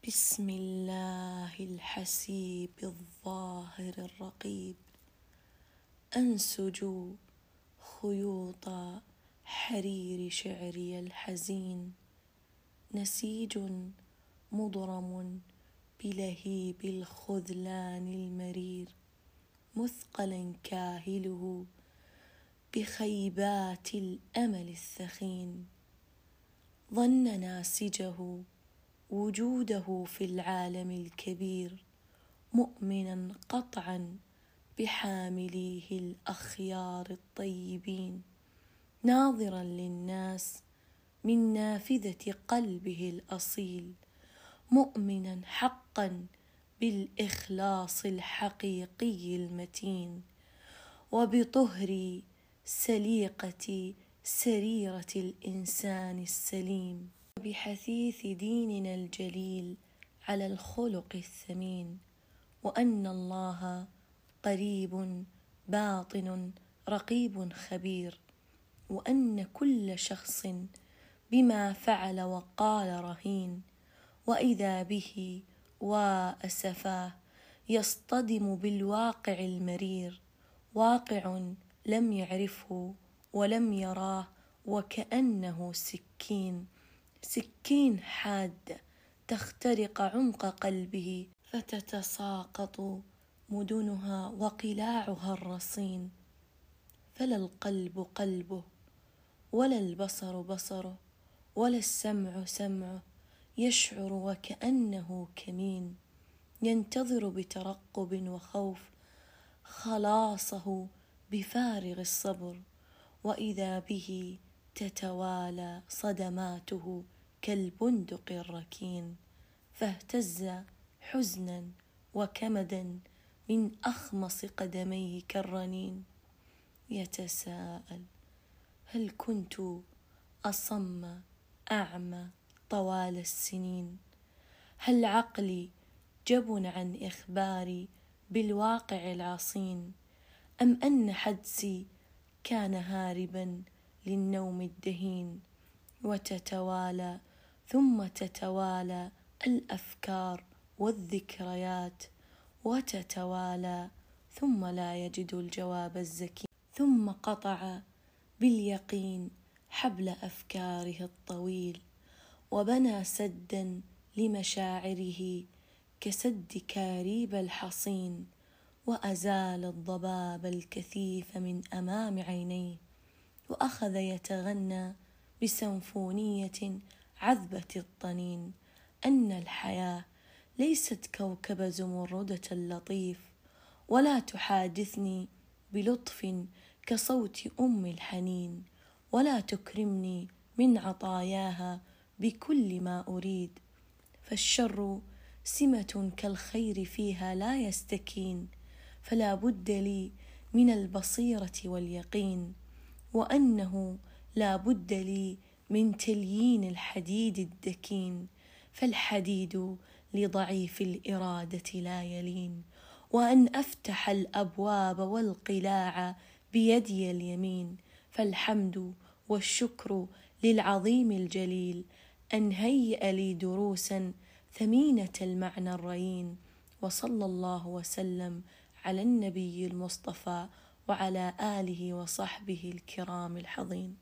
بسم الله الحسيب الظاهر الرقيب، أنسج خيوط حرير شعري الحزين، نسيج مضرم بلهيب الخذلان المرير، مثقلا كاهله بخيبات الأمل الثخين، ظن ناسجه وجوده في العالم الكبير، مؤمنا قطعا بحامليه الأخيار الطيبين، ناظرا للناس من نافذة قلبه الأصيل، مؤمنا حقا بالإخلاص الحقيقي المتين، وبطهر سليقة سريرة الإنسان السليم، بحثيث ديننا الجليل على الخلق الثمين، وأن الله قريب باطن رقيب خبير، وأن كل شخص بما فعل وقال رهين، وإذا به وأسفاه يصطدم بالواقع المرير، واقع لم يعرفه ولم يراه، وكأنه سكين حادة تخترق عمق قلبه فتتساقط مدنها وقلاعها الرصين، فلا القلب قلبه ولا البصر بصره ولا السمع سمعه، يشعر وكأنه كمين، ينتظر بترقب وخوف خلاصه بفارغ الصبر، وإذا به تتوالى صدماته كالبندق الركين، فاهتز حزنا وكمدا من أخمص قدميه كالرنين، يتساءل: هل كنت أصم أعمى طوال السنين؟ هل عقلي جبن عن إخباري بالواقع العصين؟ أم أن حدسي كان هاربا للنوم الدهين؟ وتتوالى ثم تتوالى الأفكار والذكريات، وتتوالى ثم لا يجد الجواب الزكي، ثم قطع باليقين حبل أفكاره الطويل، وبنى سدا لمشاعره كسد كاريب الحصين، وأزال الضباب الكثيف من أمام عينيه، وأخذ يتغنى بسمفونية عذبة الطنين، أن الحياة ليست كوكب زمردة لطيف، ولا تحادثني بلطف كصوت أم الحنين، ولا تكرمني من عطاياها بكل ما أريد، فالشر سمة كالخير فيها لا يستكين، فلا بد لي من البصيرة واليقين، وأنه لا بد لي من تليين الحديد الدكين، فالحديد لضعيف الإرادة لا يلين، وأن أفتح الأبواب والقلاع بيدي اليمين، فالحمد والشكر للعظيم الجليل، أن هيأ لي دروسا ثمينة المعنى الريين، وصلى الله وسلم على النبي المصطفى وعلى آله وصحبه الكرام الحظين.